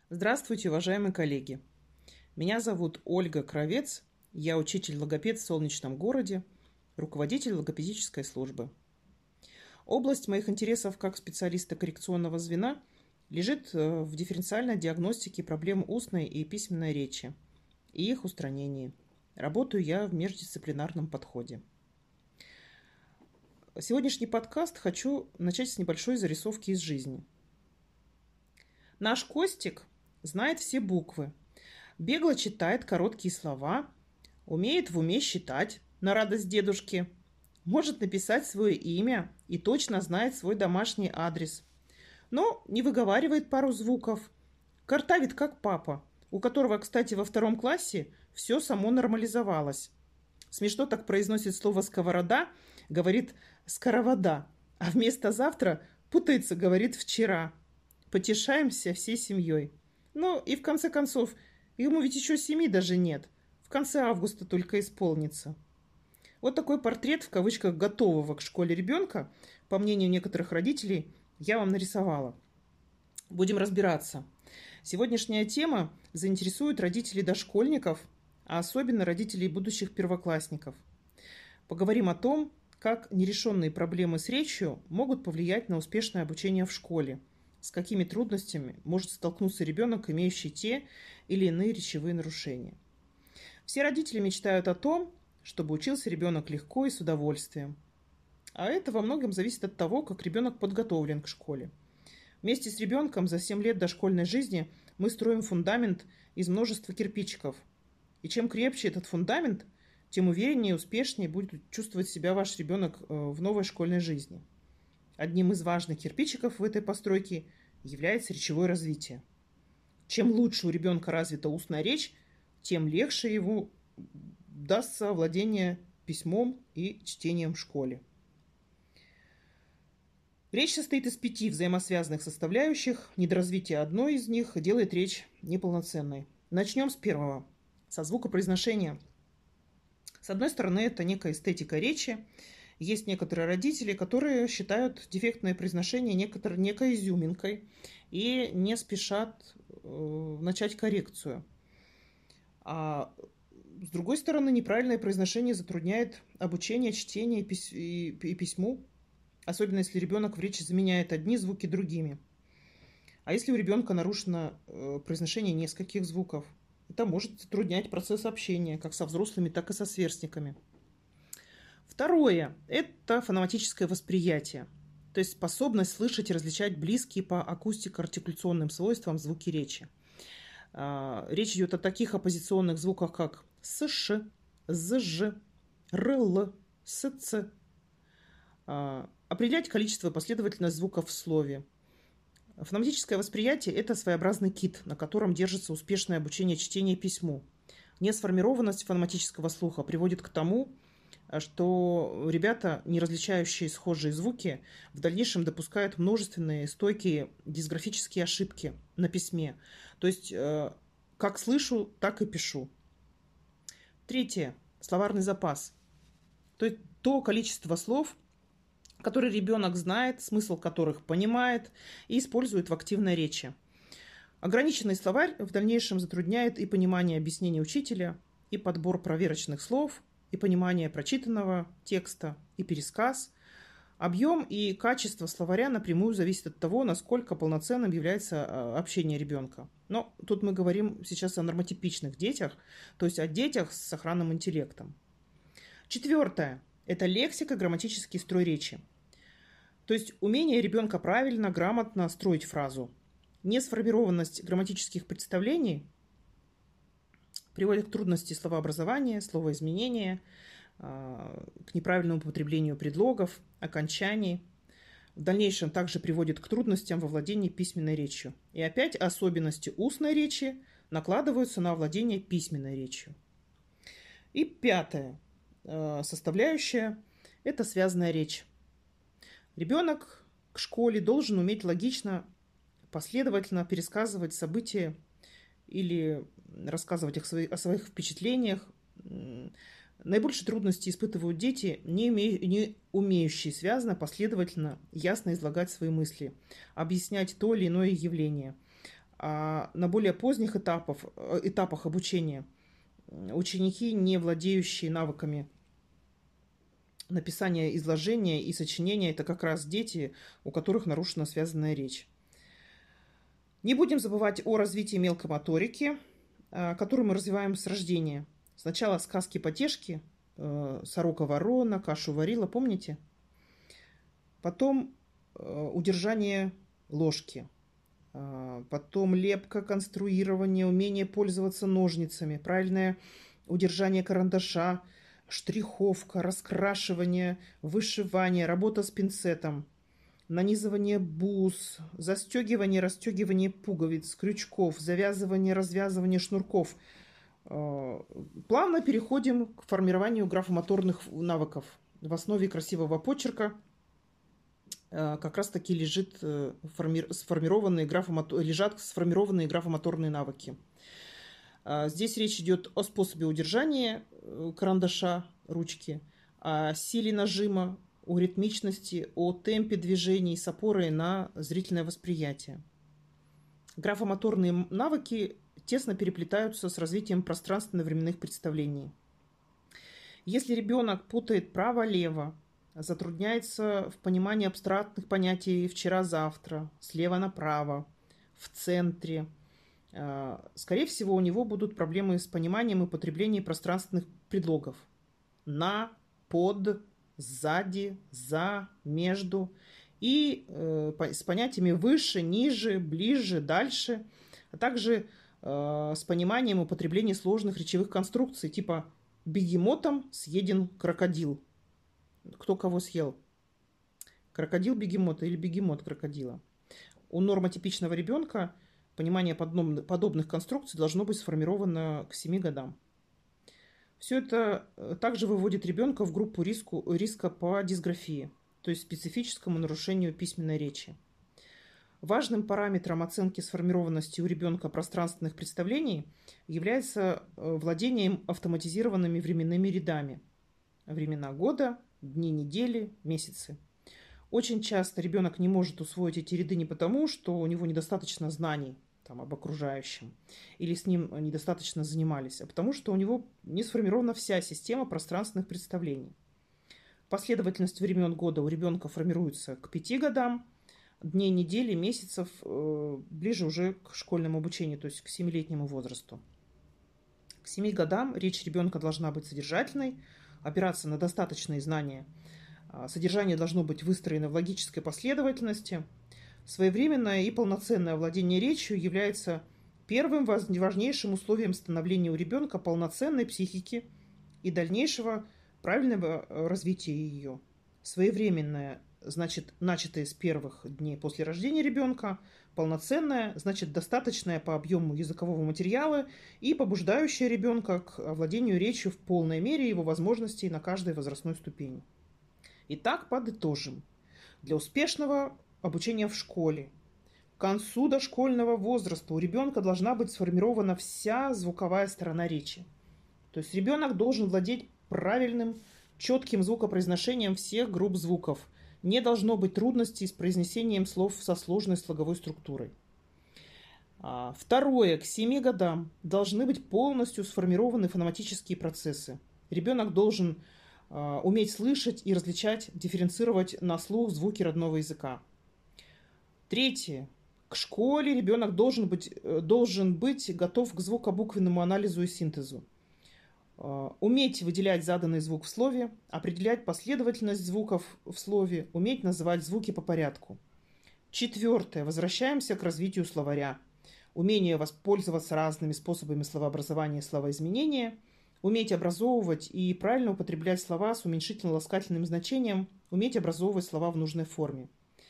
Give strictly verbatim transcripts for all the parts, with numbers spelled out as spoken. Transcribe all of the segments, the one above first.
Здравствуйте, уважаемые коллеги! Меня зовут Ольга Кравец, я учитель-логопед в солнечном городе, руководитель логопедической службы. Область моих интересов как специалиста коррекционного звена лежит в дифференциальной диагностике проблем устной и письменной речи и их устранении. Работаю я в междисциплинарном подходе. Сегодняшний подкаст хочу начать с небольшой зарисовки из жизни. Наш Костик знает все буквы, бегло читает короткие слова, умеет в уме считать на радость дедушке, может написать свое имя и точно знает свой домашний адрес, но не выговаривает пару звуков, картавит как папа, у которого, кстати, во втором классе все само нормализовалось. Смешно так произносит слово «сковорода», говорит «скоровода», а вместо «завтра» путается, говорит «вчера». Потешаемся всей семьей. Ну и в конце концов, ему ведь еще семи даже нет. В конце августа только исполнится. Вот такой портрет, в кавычках, готового к школе ребенка, по мнению некоторых родителей, я вам нарисовала. Будем разбираться. Сегодняшняя тема заинтересует родителей дошкольников, а особенно родителей будущих первоклассников. Поговорим о том, как нерешенные проблемы с речью могут повлиять на успешное обучение в школе, с какими трудностями может столкнуться ребенок, имеющий те или иные речевые нарушения. Все родители мечтают о том, чтобы учился ребенок легко и с удовольствием. А это во многом зависит от того, как ребенок подготовлен к школе. Вместе с ребенком за семь лет дошкольной жизни мы строим фундамент из множества кирпичиков. И чем крепче этот фундамент, тем увереннее и успешнее будет чувствовать себя ваш ребенок в новой школьной жизни. Одним из важных кирпичиков в этой постройке является речевое развитие. Чем лучше у ребенка развита устная речь, тем легче ему дастся владение письмом и чтением в школе. Речь состоит из пяти взаимосвязанных составляющих. Недоразвитие одной из них делает речь неполноценной. Начнем с первого, со звукопроизношения. С одной стороны, это некая эстетика речи. Есть некоторые родители, которые считают дефектное произношение некотор... некой изюминкой и не спешат э, начать коррекцию. А с другой стороны, неправильное произношение затрудняет обучение, чтение и, пись... и... и письму, особенно если ребенок в речи заменяет одни звуки другими. А если у ребенка нарушено э, произношение нескольких звуков, это может затруднять процесс общения как со взрослыми, так и со сверстниками. Второе – это фонематическое восприятие, то есть способность слышать и различать близкие по акустико-артикуляционным свойствам звуки речи. Речь идет о таких оппозиционных звуках, как «сш», «зж», «рл», «сц». Определять количество и последовательность звуков в слове. Фонематическое восприятие – это своеобразный кит, на котором держится успешное обучение чтению и письму. Несформированность фонематического слуха приводит к тому, что ребята, не различающие схожие звуки, в дальнейшем допускают множественные стойкие дисграфические ошибки на письме. То есть, как слышу, так и пишу. Третье. Словарный запас. То есть, то количество слов, которые ребенок знает, смысл которых понимает и использует в активной речи. Ограниченный словарь в дальнейшем затрудняет и понимание объяснений учителя, и подбор проверочных слов, и понимание прочитанного текста, и пересказ. Объем и качество словаря напрямую зависит от того, насколько полноценным является общение ребенка. Но тут мы говорим сейчас о нормотипичных детях, то есть о детях с сохранным интеллектом. Четвертое – это лексика, грамматический строй речи. То есть умение ребенка правильно, грамотно строить фразу. Несформированность грамматических представлений приводит к трудности словообразования, словоизменения, к неправильному употреблению предлогов, окончаний. В дальнейшем также приводит к трудностям во владении письменной речью. И опять особенности устной речи накладываются на владение письменной речью. И пятая составляющая – это связанная речь. Ребенок к школе должен уметь логично, последовательно пересказывать события или рассказывать о своих впечатлениях. Наибольшие трудности испытывают дети, не, уме... не умеющие связно, последовательно, ясно излагать свои мысли, объяснять то или иное явление. А на более поздних этапах, этапах обучения ученики, не владеющие навыками написания изложения и сочинения, это как раз дети, у которых нарушена связанная речь. Не будем забывать о развитии мелкой моторики, которую мы развиваем с рождения. Сначала сказки-потешки, сорока-ворона, кашу варила, помните? Потом удержание ложки. Потом лепка, конструирование, умение пользоваться ножницами, правильное удержание карандаша, штриховка, раскрашивание, вышивание, работа с пинцетом, нанизывание бус, застегивание, расстегивание пуговиц, крючков, завязывание, развязывание шнурков. Плавно переходим к формированию графомоторных навыков. В основе красивого почерка как раз таки лежит форми... сформированные графомото... лежат сформированные графомоторные навыки. Здесь речь идет о способе удержания карандаша, ручки, о силе нажима, о ритмичности, о темпе движений с опорой на зрительное восприятие. Графомоторные навыки тесно переплетаются с развитием пространственно-временных представлений. Если ребенок путает право-лево, затрудняется в понимании абстрактных понятий «вчера-завтра», «слева направо», «в центре», скорее всего, у него будут проблемы с пониманием и потреблением пространственных предлогов. «На», «под», «сзади», «за», «между» и э, с понятиями «выше», «ниже», «ближе», «дальше», а также э, с пониманием и употреблением сложных речевых конструкций типа «бегемотом съеден крокодил». Кто кого съел? Крокодил бегемота или бегемот крокодила? У нормотипичного ребенка понимание подобных конструкций должно быть сформировано к семи годам. Все это также выводит ребенка в группу риску, риска по дисграфии, то есть специфическому нарушению письменной речи. Важным параметром оценки сформированности у ребенка пространственных представлений является владение автоматизированными временными рядами. Времена года, дни недели, месяцы. Очень часто ребенок не может усвоить эти ряды не потому, что у него недостаточно знаний там, об окружающем, или с ним недостаточно занимались, а потому что у него не сформирована вся система пространственных представлений. Последовательность времен года у ребенка формируется к пяти годам, дней недели, месяцев э, ближе уже к школьному обучению, то есть к семилетнему возрасту. К семи годам речь ребенка должна быть содержательной, опираться на достаточные знания. Содержание должно быть выстроено в логической последовательности. Своевременное и полноценное владение речью является первым важнейшим условием становления у ребенка полноценной психики и дальнейшего правильного развития ее. Своевременное значит начатое с первых дней после рождения ребенка, полноценное значит достаточное по объему языкового материала и побуждающее ребенка к владению речью в полной мере его возможностей на каждой возрастной ступени. Итак, подытожим. Для успешного обучения в школе к концу дошкольного возраста у ребенка должна быть сформирована вся звуковая сторона речи. То есть ребенок должен владеть правильным, четким звукопроизношением всех групп звуков. Не должно быть трудностей с произнесением слов со сложной слоговой структурой. Второе. К семи годам должны быть полностью сформированы фонематические процессы. Ребенок должен уметь слышать и различать, дифференцировать на слух звуки родного языка. Третье. К школе ребенок должен быть, должен быть готов к звукобуквенному анализу и синтезу. Уметь выделять заданный звук в слове, определять последовательность звуков в слове, уметь называть звуки по порядку. Четвертое. Возвращаемся к развитию словаря. Умение воспользоваться разными способами словообразования и словоизменения, уметь образовывать и правильно употреблять слова с уменьшительно-ласкательным значением, уметь образовывать слова в нужной форме.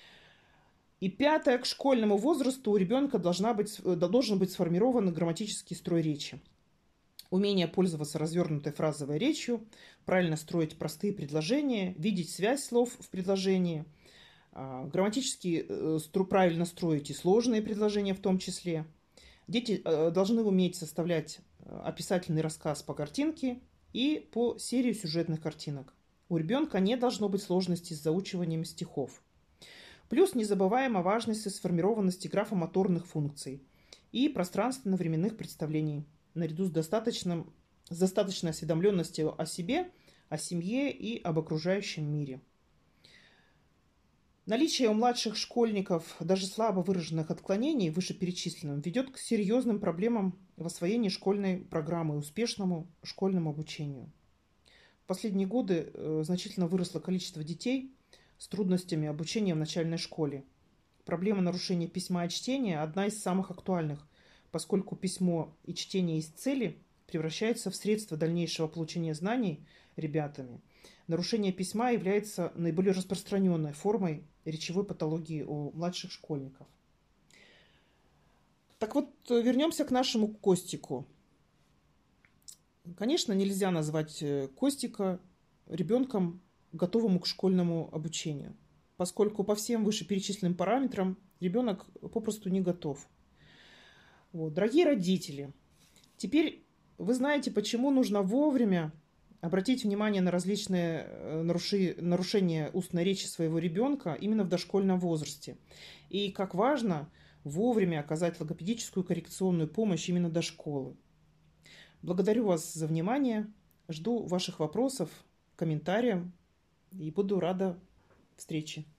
И пятое. К школьному возрасту у ребенка должна быть, должен быть сформирован грамматический строй речи. Умение пользоваться развернутой фразовой речью, правильно строить простые предложения, видеть связь слов в предложении, грамматически правильно строить и сложные предложения в том числе. Дети должны уметь составлять описательный рассказ по картинке и по серии сюжетных картинок. У ребенка не должно быть сложностей с заучиванием стихов. Плюс не забываем о важности сформированности графомоторных функций. и пространственно-временных представлений, наряду с, достаточным, с достаточной осведомленностью о себе, о семье и об окружающем мире. Наличие у младших школьников даже слабо выраженных отклонений вышеперечисленным ведет к серьезным проблемам в освоении школьной программы и успешному школьному обучению. В последние годы значительно выросло количество детей с трудностями обучения в начальной школе. Проблема нарушения письма и чтения – одна из самых актуальных, поскольку письмо и чтение из цели превращаются в средство дальнейшего получения знаний ребятами. Нарушение письма является наиболее распространенной формой речевой патологии у младших школьников. Так вот, вернемся к нашему Костику. Конечно, нельзя назвать Костика ребенком, готовым к школьному обучению, поскольку по всем вышеперечисленным параметрам ребенок попросту не готов. Вот. Дорогие родители, теперь вы знаете, почему нужно вовремя обратить внимание на различные нарушения устной речи своего ребенка именно в дошкольном возрасте. И как важно вовремя оказать логопедическую коррекционную помощь именно до школы. Благодарю вас за внимание. Жду ваших вопросов, комментариев и буду рада встрече.